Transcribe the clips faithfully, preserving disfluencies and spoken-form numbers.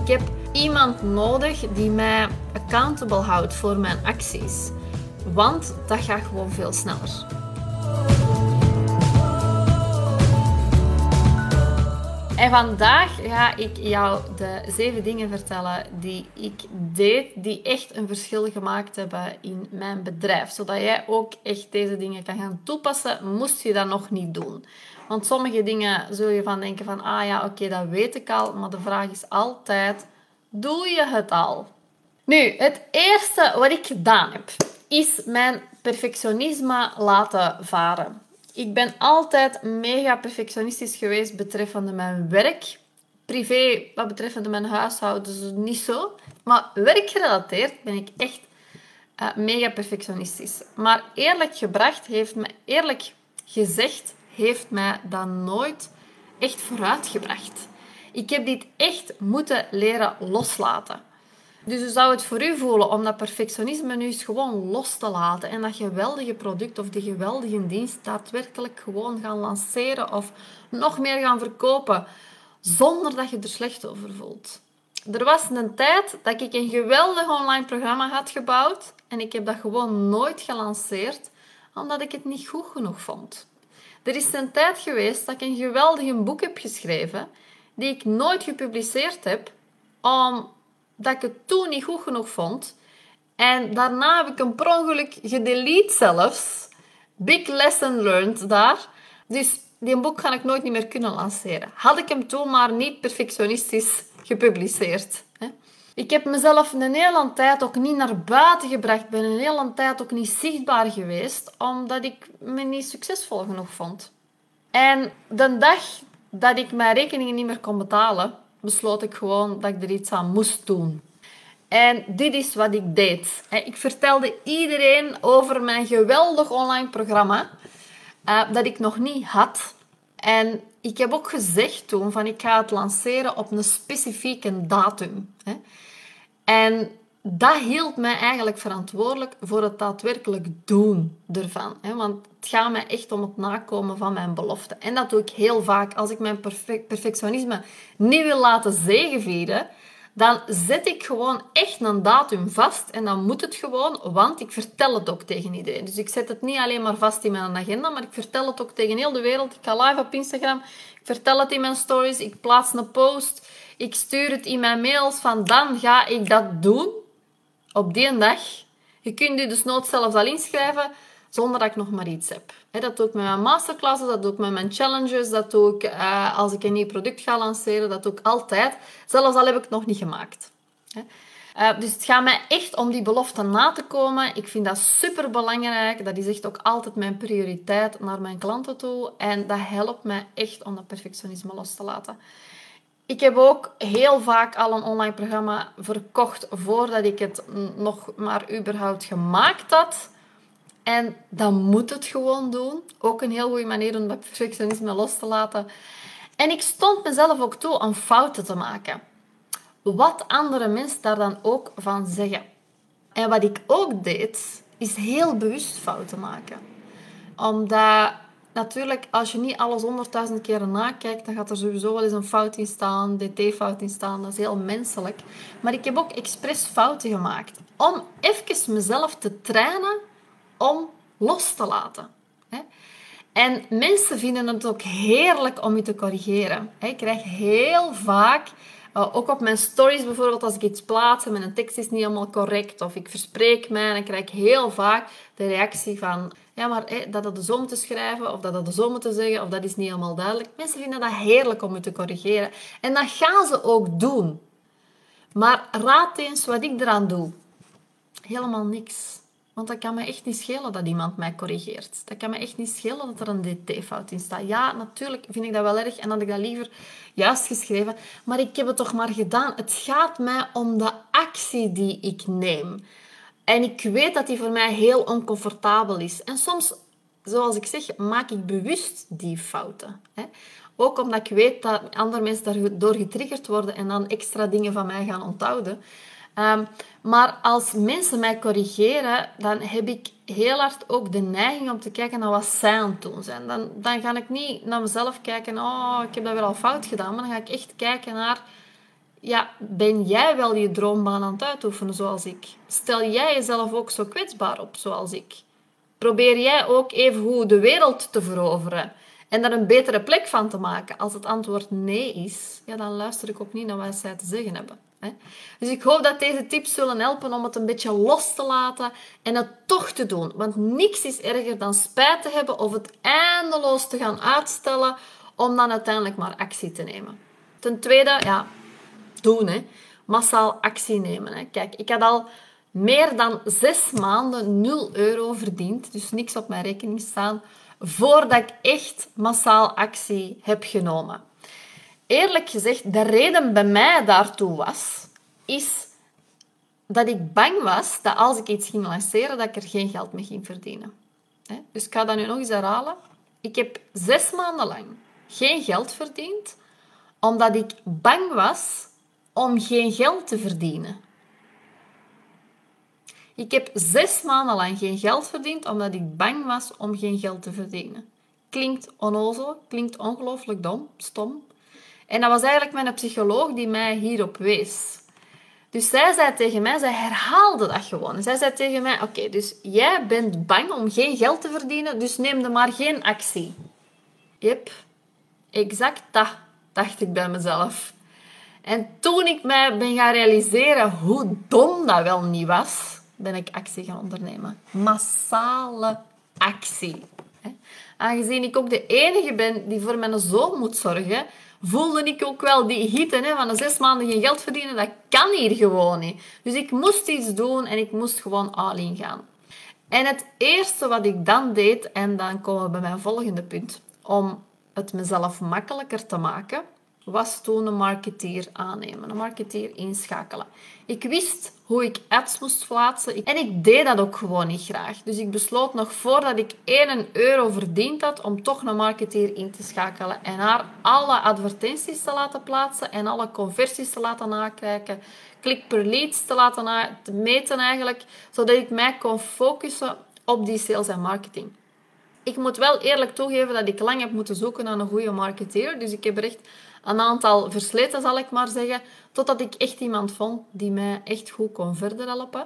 Ik heb iemand nodig die mij accountable houdt voor mijn acties. Want dat gaat gewoon veel sneller. En vandaag ga ik jou de zeven dingen vertellen die ik deed, die echt een verschil gemaakt hebben in mijn bedrijf. Zodat jij ook echt deze dingen kan gaan toepassen, moest je dat nog niet doen. Want sommige dingen zul je van denken van, ah ja, oké, okay, dat weet ik al. Maar de vraag is altijd, doe je het al? Nu, het eerste wat ik gedaan heb, is mijn perfectionisme laten varen. Ik ben altijd mega perfectionistisch geweest betreffende mijn werk. Privé, wat betreffende mijn huishouden, dus niet zo. Maar werkgerelateerd ben ik echt uh, mega perfectionistisch. Maar eerlijk gebracht, heeft me, eerlijk gezegd, heeft mij dat nooit echt vooruitgebracht. Ik heb dit echt moeten leren loslaten. Dus hoe zou het voor u voelen om dat perfectionisme nu eens gewoon los te laten en dat geweldige product of die geweldige dienst daadwerkelijk gewoon gaan lanceren of nog meer gaan verkopen zonder dat je er slecht over voelt? Er was een tijd dat ik een geweldig online programma had gebouwd en ik heb dat gewoon nooit gelanceerd omdat ik het niet goed genoeg vond. Er is een tijd geweest dat ik een geweldig boek heb geschreven die ik nooit gepubliceerd heb om dat ik het toen niet goed genoeg vond. En daarna heb ik hem per ongeluk gedelete zelfs. Big lesson learned daar. Dus die boek ga ik nooit niet meer kunnen lanceren. Had ik hem toen maar niet perfectionistisch gepubliceerd. Ik heb mezelf een hele tijd ook niet naar buiten gebracht. Ben een hele tijd ook niet zichtbaar geweest. Omdat ik me niet succesvol genoeg vond. En de dag dat ik mijn rekeningen niet meer kon betalen, besloot ik gewoon dat ik er iets aan moest doen. En dit is wat ik deed. Ik vertelde iedereen over mijn geweldig online programma dat ik nog niet had. En ik heb ook gezegd toen van ik ga het lanceren op een specifieke datum. En dat hield mij eigenlijk verantwoordelijk voor het daadwerkelijk doen ervan. Want het gaat mij echt om het nakomen van mijn belofte. En dat doe ik heel vaak. Als ik mijn perfect perfectionisme niet wil laten zegevieren, dan zet ik gewoon echt een datum vast. En dan moet het gewoon, want ik vertel het ook tegen iedereen. Dus ik zet het niet alleen maar vast in mijn agenda, maar ik vertel het ook tegen heel de wereld. Ik ga live op Instagram, ik vertel het in mijn stories, ik plaats een post, ik stuur het in mijn mails van dan ga ik dat doen. Op die dag. Je kunt je dus nooit zelfs al inschrijven zonder dat ik nog maar iets heb. Dat doe ik met mijn masterclasses, dat doe ik met mijn challenges, dat doe ik uh, als ik een nieuw product ga lanceren, dat doe ik altijd. Zelfs al heb ik het nog niet gemaakt. Uh, dus het gaat mij echt om die belofte na te komen. Ik vind dat superbelangrijk. Dat is echt ook altijd mijn prioriteit naar mijn klanten toe. En dat helpt mij echt om dat perfectionisme los te laten. Ik heb ook heel vaak al een online programma verkocht voordat ik het nog maar überhaupt gemaakt had. En dan moet het gewoon doen. Ook een heel goede manier om dat perfectionisme los te laten. En ik stond mezelf ook toe om fouten te maken. Wat andere mensen daar dan ook van zeggen. En wat ik ook deed, is heel bewust fouten maken. Omdat natuurlijk, als je niet alles honderdduizend keer nakijkt, dan gaat er sowieso wel eens een fout in staan, D T-fout in staan. Dat is heel menselijk. Maar ik heb ook expres fouten gemaakt. Om even mezelf te trainen om los te laten. En mensen vinden het ook heerlijk om je te corrigeren. Ik krijg heel vaak, ook op mijn stories bijvoorbeeld, als ik iets plaats en mijn tekst is niet helemaal correct of ik verspreek mij, dan krijg ik heel vaak de reactie van ja, maar hé, dat had je zo moeten schrijven of dat had je zo moeten zeggen of dat is niet helemaal duidelijk. Mensen vinden dat heerlijk om je te corrigeren. En dat gaan ze ook doen. Maar raad eens wat ik eraan doe. Helemaal niks. Want dat kan me echt niet schelen dat iemand mij corrigeert. Dat kan me echt niet schelen dat er een D T-fout in staat. Ja, natuurlijk vind ik dat wel erg en had ik dat liever juist geschreven. Maar ik heb het toch maar gedaan. Het gaat mij om de actie die ik neem. En ik weet dat die voor mij heel oncomfortabel is. En soms, zoals ik zeg, maak ik bewust die fouten. Ook omdat ik weet dat andere mensen daardoor getriggerd worden en dan extra dingen van mij gaan onthouden. Um, maar als mensen mij corrigeren, dan heb ik heel hard ook de neiging om te kijken naar wat zij aan het doen zijn. Dan, dan ga ik niet naar mezelf kijken, oh, ik heb dat weer al fout gedaan, maar dan ga ik echt kijken naar, Ja, ben jij wel je droombaan aan het uitoefenen zoals ik? Stel jij jezelf ook zo kwetsbaar op zoals ik? Probeer jij ook even hoe de wereld te veroveren en daar een betere plek van te maken? Als het antwoord nee is, ja, dan luister ik ook niet naar wat zij te zeggen hebben. Hè? Dus ik hoop dat deze tips zullen helpen om het een beetje los te laten en het toch te doen. Want niks is erger dan spijt te hebben of het eindeloos te gaan uitstellen om dan uiteindelijk maar actie te nemen. Ten tweede, ja, doen, hè. Massaal actie nemen. Hè. Kijk, ik had al meer dan zes maanden nul euro verdiend, dus niks op mijn rekening staan, voordat ik echt massaal actie heb genomen. Eerlijk gezegd, de reden bij mij daartoe was, is dat ik bang was dat als ik iets ging lanceren, dat ik er geen geld mee ging verdienen. Dus ik ga dat nu nog eens herhalen. Ik heb zes maanden lang geen geld verdiend, omdat ik bang was om geen geld te verdienen. Ik heb zes maanden lang geen geld verdiend, omdat ik bang was om geen geld te verdienen. Klinkt onnozel, klinkt ongelooflijk dom, stom. En dat was eigenlijk mijn psycholoog die mij hierop wees. Dus zij zei tegen mij, zij herhaalde dat gewoon. Zij zei tegen mij, oké, okay, dus jij bent bang om geen geld te verdienen, dus neem dan maar geen actie. Yep, exact dat, dacht ik bij mezelf. En toen ik mij ben gaan realiseren hoe dom dat wel niet was, ben ik actie gaan ondernemen. Massale actie. Aangezien ik ook de enige ben die voor mijn zoon moet zorgen, voelde ik ook wel die hitte hè, van de zes maanden geen geld verdienen. Dat kan hier gewoon niet. Dus ik moest iets doen en ik moest gewoon all-in gaan. En het eerste wat ik dan deed, en dan komen we bij mijn volgende punt, om het mezelf makkelijker te maken, was toen een marketeer aannemen, een marketeer inschakelen. Ik wist hoe ik ads moest plaatsen en ik deed dat ook gewoon niet graag. Dus ik besloot nog voordat ik één euro verdiend had om toch een marketeer in te schakelen en haar alle advertenties te laten plaatsen en alle conversies te laten nakijken, klik per leads te laten na- te meten eigenlijk, zodat ik mij kon focussen op die sales en marketing. Ik moet wel eerlijk toegeven dat ik lang heb moeten zoeken naar een goede marketeer. Dus ik heb er echt een aantal versleten, zal ik maar zeggen, totdat ik echt iemand vond die mij echt goed kon verder helpen.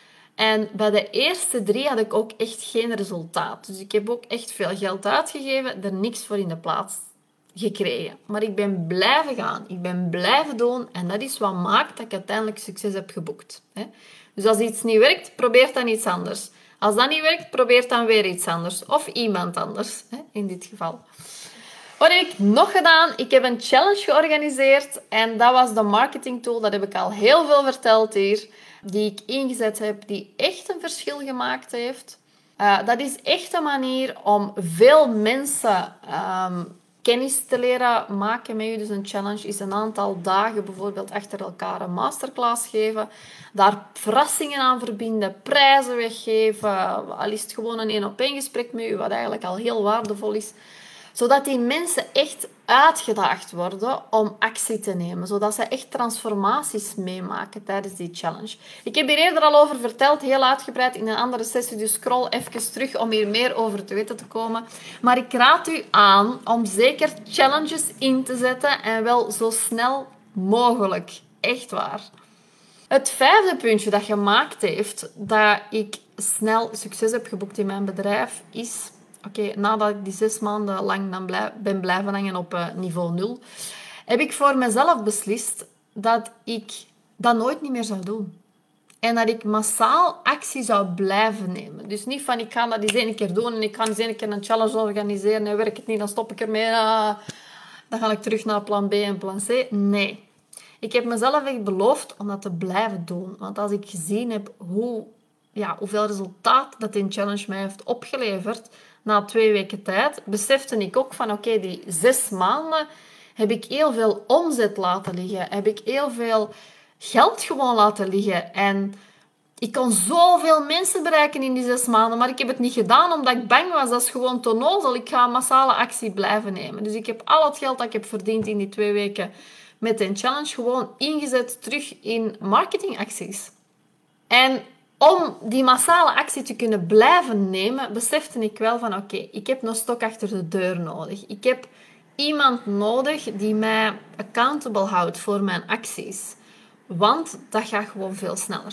En bij de eerste drie had ik ook echt geen resultaat. Dus ik heb ook echt veel geld uitgegeven, er niks voor in de plaats gekregen. Maar ik ben blijven gaan, ik ben blijven doen en dat is wat maakt dat ik uiteindelijk succes heb geboekt. Dus als iets niet werkt, probeer dan iets anders. Als dat niet werkt, probeer dan weer iets anders. Of iemand anders, in dit geval. Wat heb ik nog gedaan? Ik heb een challenge georganiseerd. En dat was de marketing tool. Dat heb ik al heel veel verteld hier. Die ik ingezet heb. Die echt een verschil gemaakt heeft. Uh, dat is echt een manier om veel mensen um, kennis te leren maken met je. Dus een challenge is een aantal dagen bijvoorbeeld achter elkaar een masterclass geven. Daar verrassingen aan verbinden, prijzen weggeven. Al is het gewoon een één-op-één gesprek met je, wat eigenlijk al heel waardevol is. Zodat die mensen echt uitgedaagd worden om actie te nemen. Zodat ze echt transformaties meemaken tijdens die challenge. Ik heb hier eerder al over verteld, heel uitgebreid in een andere sessie. Dus scroll even terug om hier meer over te weten te komen. Maar ik raad u aan om zeker challenges in te zetten. En wel zo snel mogelijk. Echt waar. Het vijfde puntje dat gemaakt heeft dat ik snel succes heb geboekt in mijn bedrijf is... Oké, okay, nadat ik die zes maanden lang dan blij, ben blijven hangen op uh, niveau nul, heb ik voor mezelf beslist dat ik dat nooit niet meer zou doen. En dat ik massaal actie zou blijven nemen. Dus niet van, ik ga dat eens één keer doen en ik ga eens één keer een challenge organiseren en werkt het niet, dan stop ik ermee. Uh, dan ga ik terug naar plan B en plan C. Nee. Ik heb mezelf echt beloofd om dat te blijven doen. Want als ik gezien heb hoe, ja, hoeveel resultaat dat die challenge mij heeft opgeleverd, na twee weken tijd, besefte ik ook van, oké, okay, die zes maanden heb ik heel veel omzet laten liggen. Heb ik heel veel geld gewoon laten liggen. En ik kon zoveel mensen bereiken in die zes maanden, maar ik heb het niet gedaan omdat ik bang was. Dat is gewoon te onnozel. Ik ga een massale actie blijven nemen. Dus ik heb al het geld dat ik heb verdiend in die twee weken met een challenge gewoon ingezet terug in marketingacties. En om die massale actie te kunnen blijven nemen, besefte ik wel van oké, okay, ik heb een stok achter de deur nodig. Ik heb iemand nodig die mij accountable houdt voor mijn acties. Want dat gaat gewoon veel sneller.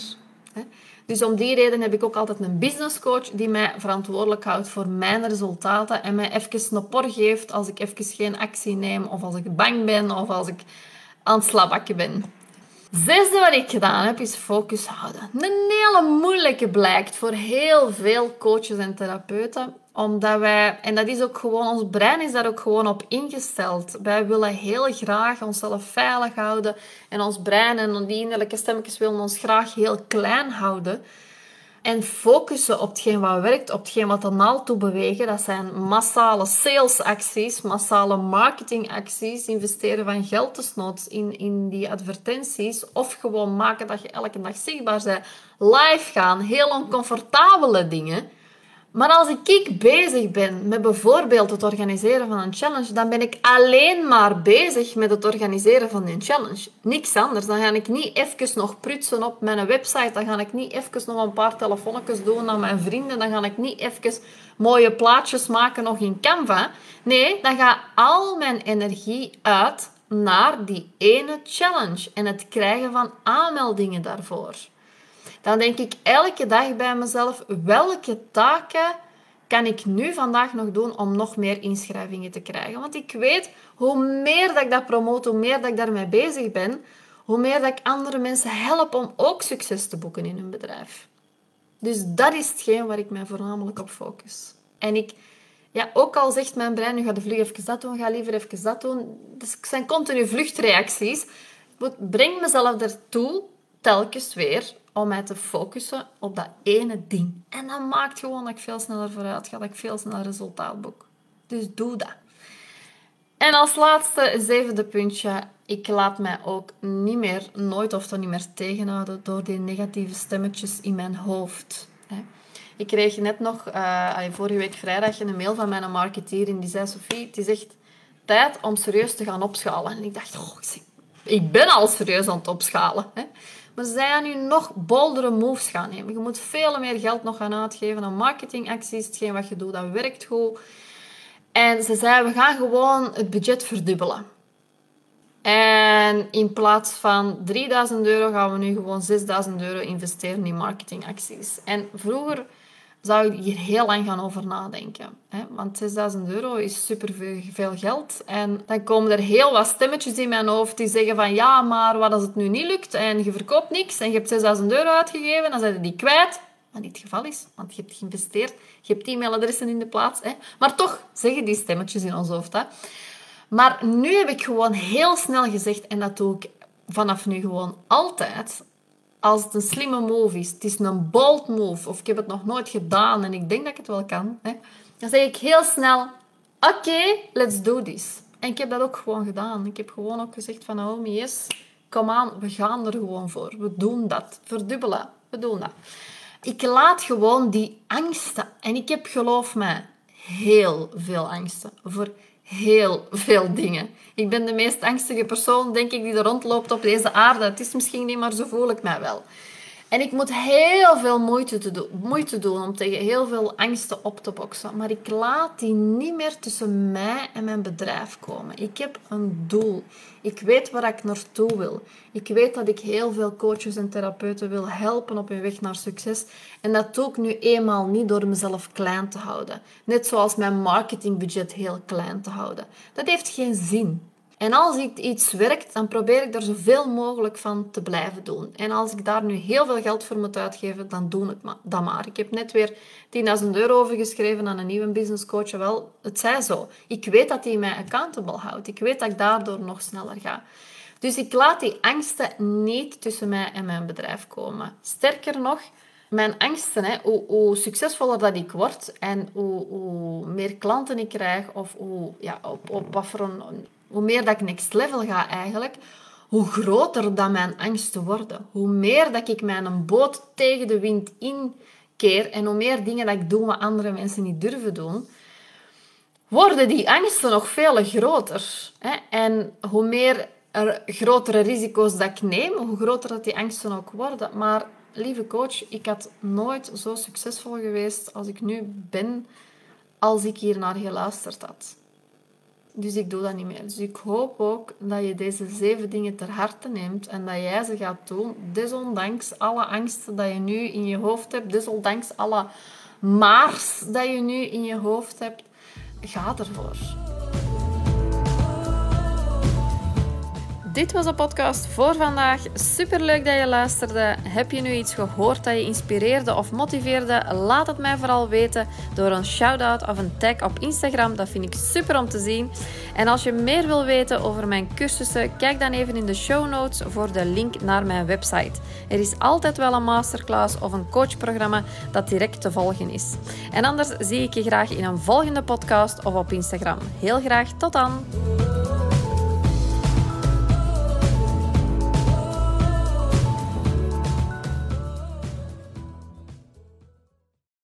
Dus om die reden heb ik ook altijd een businesscoach die mij verantwoordelijk houdt voor mijn resultaten en mij even een por geeft als ik even geen actie neem of als ik bang ben of als ik aan het slabakken ben. Zesde wat ik gedaan heb, is focus houden. Een hele moeilijke blijkt voor heel veel coaches en therapeuten. Omdat wij, en dat is ook gewoon, ons brein is daar ook gewoon op ingesteld. Wij willen heel graag onszelf veilig houden. En ons brein en die innerlijke stemmetjes willen ons graag heel klein houden. En focussen op hetgeen wat werkt, op hetgeen wat er naartoe bewegen. Dat zijn massale salesacties, massale marketingacties, investeren van geld desnoods in, in die advertenties. Of gewoon maken dat je elke dag zichtbaar bent. Live gaan, heel oncomfortabele dingen. Maar als ik bezig ben met bijvoorbeeld het organiseren van een challenge, dan ben ik alleen maar bezig met het organiseren van die challenge. Niks anders. Dan ga ik niet even nog prutsen op mijn website. Dan ga ik niet even nog een paar telefoonnetjes doen aan mijn vrienden. Dan ga ik niet even mooie plaatjes maken nog in Canva. Nee, dan gaat al mijn energie uit naar die ene challenge en het krijgen van aanmeldingen daarvoor. Dan denk ik elke dag bij mezelf, welke taken kan ik nu vandaag nog doen om nog meer inschrijvingen te krijgen? Want ik weet, hoe meer dat ik dat promote, hoe meer dat ik daarmee bezig ben, hoe meer dat ik andere mensen help om ook succes te boeken in hun bedrijf. Dus dat is hetgeen waar ik mij voornamelijk op focus. En ik, ja, ook al zegt mijn brein, nu ga de vlug even dat doen, ga liever even dat doen. Dus het zijn continu vluchtreacties. Ik breng mezelf ertoe, telkens weer, om mij te focussen op dat ene ding. En dat maakt gewoon dat ik veel sneller vooruit ga, dat ik veel sneller resultaat boek. Dus doe dat. En als laatste, zevende puntje, ik laat mij ook niet meer, nooit of toch niet meer tegenhouden door die negatieve stemmetjes in mijn hoofd. Ik kreeg net nog, uh, vorige week vrijdag, een mail van mijn marketeer en die zei, Sophie, het is echt tijd om serieus te gaan opschalen. En ik dacht, oh, ik ben al serieus aan het opschalen. Hè. Maar ze zijn nu nog boldere moves gaan nemen. Je moet veel meer geld nog gaan uitgeven aan marketingacties. Hetgeen wat je doet, dat werkt goed. En ze zei, we gaan gewoon het budget verdubbelen. En in plaats van drieduizend euro gaan we nu gewoon zesduizend euro investeren in marketingacties. En vroeger zou ik hier heel lang gaan over nadenken. Hè? Want zesduizend euro is superveel geld. En dan komen er heel wat stemmetjes in mijn hoofd die zeggen van ja, maar wat als het nu niet lukt en je verkoopt niks en je hebt zesduizend euro uitgegeven, dan zijn je die kwijt. Wat niet het geval is, want je hebt geïnvesteerd. Je hebt e-mailadressen in de plaats. Hè? Maar toch zeggen die stemmetjes in ons hoofd. Hè? Maar nu heb ik gewoon heel snel gezegd, en dat doe ik vanaf nu gewoon altijd, als het een slimme move is, het is een bold move, of ik heb het nog nooit gedaan en ik denk dat ik het wel kan, hè, dan zeg ik heel snel, oké, okay, let's do this. En ik heb dat ook gewoon gedaan. Ik heb gewoon ook gezegd van, oh yes, kom aan, we gaan er gewoon voor. We doen dat. Verdubbelen. We doen dat. Ik laat gewoon die angsten, en ik heb, geloof mij, heel veel angsten voor heel veel dingen. Ik ben de meest angstige persoon, denk ik, die er rondloopt op deze aarde. Het is misschien niet, maar zo voel ik mij wel. En ik moet heel veel moeite, te do- moeite doen om tegen heel veel angsten op te boksen. Maar ik laat die niet meer tussen mij en mijn bedrijf komen. Ik heb een doel. Ik weet waar ik naartoe wil. Ik weet dat ik heel veel coaches en therapeuten wil helpen op hun weg naar succes. En dat doe ik nu eenmaal niet door mezelf klein te houden. Net zoals mijn marketingbudget heel klein te houden. Dat heeft geen zin. En als iets werkt, dan probeer ik er zoveel mogelijk van te blijven doen. En als ik daar nu heel veel geld voor moet uitgeven, dan doe ik dat maar. Ik heb net weer tienduizend euro overgeschreven aan een nieuwe businesscoach. Wel, het zij zo. Ik weet dat hij mij accountable houdt. Ik weet dat ik daardoor nog sneller ga. Dus ik laat die angsten niet tussen mij en mijn bedrijf komen. Sterker nog, mijn angsten, hè, hoe, hoe succesvoller dat ik word en hoe, hoe meer klanten ik krijg, of hoe, ja, op, op wat voor een... Hoe meer dat ik next level ga eigenlijk, hoe groter dat mijn angsten worden. Hoe meer dat ik mijn boot tegen de wind inkeer en hoe meer dingen dat ik doe wat andere mensen niet durven doen, worden die angsten nog veel groter. En hoe meer er grotere risico's dat ik neem, hoe groter dat die angsten ook worden. Maar lieve coach, ik had nooit zo succesvol geweest als ik nu ben, als ik hier naar geluisterd had. Dus ik doe dat niet meer. Dus ik hoop ook dat je deze zeven dingen ter harte neemt en dat jij ze gaat doen, desondanks alle angsten dat je nu in je hoofd hebt, desondanks alle maars dat je nu in je hoofd hebt. Ga ervoor. Dit was de podcast voor vandaag. Superleuk dat je luisterde. Heb je nu iets gehoord dat je inspireerde of motiveerde? Laat het mij vooral weten door een shout-out of een tag op Instagram. Dat vind ik super om te zien. En als je meer wil weten over mijn cursussen, kijk dan even in de show notes voor de link naar mijn website. Er is altijd wel een masterclass of een coachprogramma dat direct te volgen is. En anders zie ik je graag in een volgende podcast of op Instagram. Heel graag tot dan!